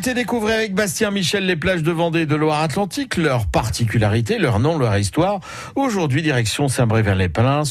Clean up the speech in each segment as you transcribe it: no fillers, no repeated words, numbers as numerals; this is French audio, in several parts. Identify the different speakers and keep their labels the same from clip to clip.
Speaker 1: été découvrir avec Bastien Michel les plages de Vendée et de Loire-Atlantique, leurs particularités, leur nom, leur histoire. Aujourd'hui, direction Saint-Brévin-les-Pins,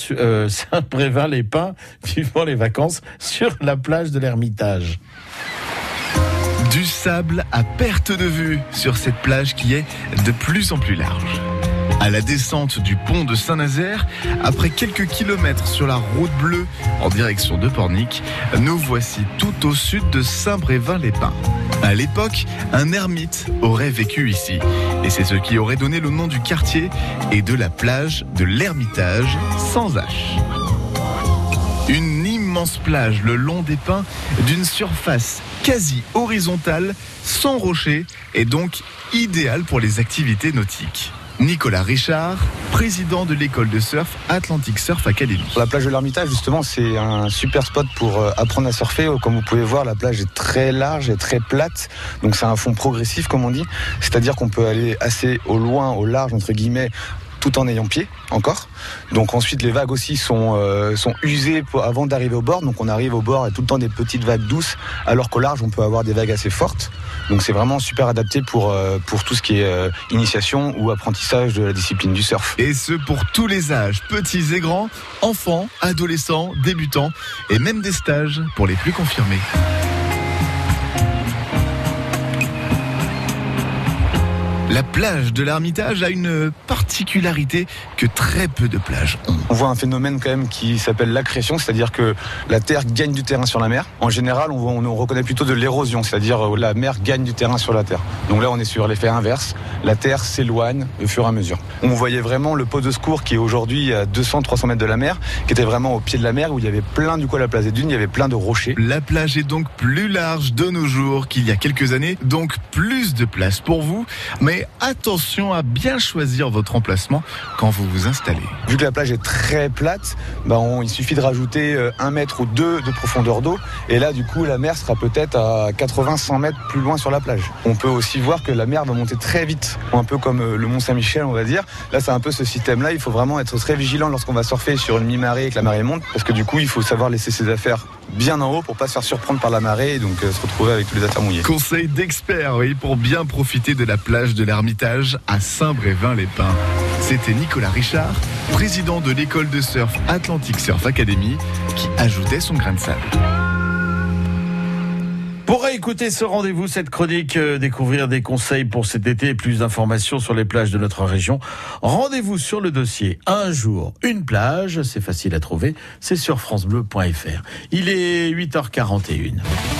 Speaker 1: vivant les vacances sur la plage de l'Ermitage.
Speaker 2: Du sable à perte de vue sur cette plage qui est de plus en plus large. À la descente du pont de Saint-Nazaire, après quelques kilomètres sur la route bleue en direction de Pornic, nous voici tout au sud de Saint-Brévin-les-Pins. À l'époque, un ermite aurait vécu ici. Et c'est ce qui aurait donné le nom du quartier et de la plage de l'Ermitage sans H. Une immense plage le long des pins d'une surface quasi horizontale, sans rochers, et donc idéale pour les activités nautiques. Nicolas Richard, président de l'école de surf Atlantic Surf Academy.
Speaker 3: La plage de l'Ermitage, justement, c'est un super spot pour apprendre à surfer. Comme vous pouvez voir, la plage est très large et très plate. Donc c'est un fond progressif, comme on dit. C'est-à-dire qu'on peut aller assez au loin, au large, entre guillemets, tout en ayant pied encore. Donc ensuite les vagues aussi sont usées avant d'arriver au bord. Donc on arrive au bord et tout le temps des petites vagues douces, alors qu'au large on peut avoir des vagues assez fortes. Donc c'est vraiment super adapté pour tout ce qui est initiation ou apprentissage de la discipline du surf.
Speaker 2: Et ce pour tous les âges, petits et grands, enfants, adolescents, débutants et même des stages pour les plus confirmés. La plage de l'Ermitage a une particularité que très peu de plages ont.
Speaker 3: On voit un phénomène quand même qui s'appelle l'accrétion, c'est-à-dire que la terre gagne du terrain sur la mer. En général, on reconnaît plutôt de l'érosion, c'est-à-dire la mer gagne du terrain sur la terre. Donc là, on est sur l'effet inverse. La terre s'éloigne au fur et à mesure. On voyait vraiment le pot de secours qui est aujourd'hui à 200-300 mètres de la mer, qui était vraiment au pied de la mer, où il y avait plein, du coup, à la place des dunes, il y avait plein de rochers.
Speaker 2: La plage est donc plus large de nos jours qu'il y a quelques années, donc plus de place pour vous, mais attention à bien choisir votre emplacement quand vous vous installez.
Speaker 3: Vu que la plage est très plate, il suffit de rajouter 1 mètre ou 2 de profondeur d'eau. Et là, du coup, la mer sera peut-être à 80-100 mètres plus loin sur la plage. On peut aussi voir que la mer va monter très vite, un peu comme le Mont Saint-Michel, on va dire. Là, c'est un peu ce système-là. Il faut vraiment être très vigilant lorsqu'on va surfer sur une mi-marée et que la marée monte. Parce que du coup, il faut savoir laisser ses affaires bien en haut pour pas se faire surprendre par la marée et donc se retrouver avec tous les affaires mouillées.
Speaker 2: Conseil d'expert, oui, pour bien profiter de la plage de l'Ermitage à Saint-Brévin-les-Pins. C'était Nicolas Richard, président de l'école de surf Atlantic Surf Academy, qui ajoutait son grain de sable.
Speaker 1: Pour écouter ce rendez-vous, cette chronique, découvrir des conseils pour cet été et plus d'informations sur les plages de notre région, rendez-vous sur le dossier Un jour, une plage, c'est facile à trouver, c'est sur francebleu.fr. Il est 8h41.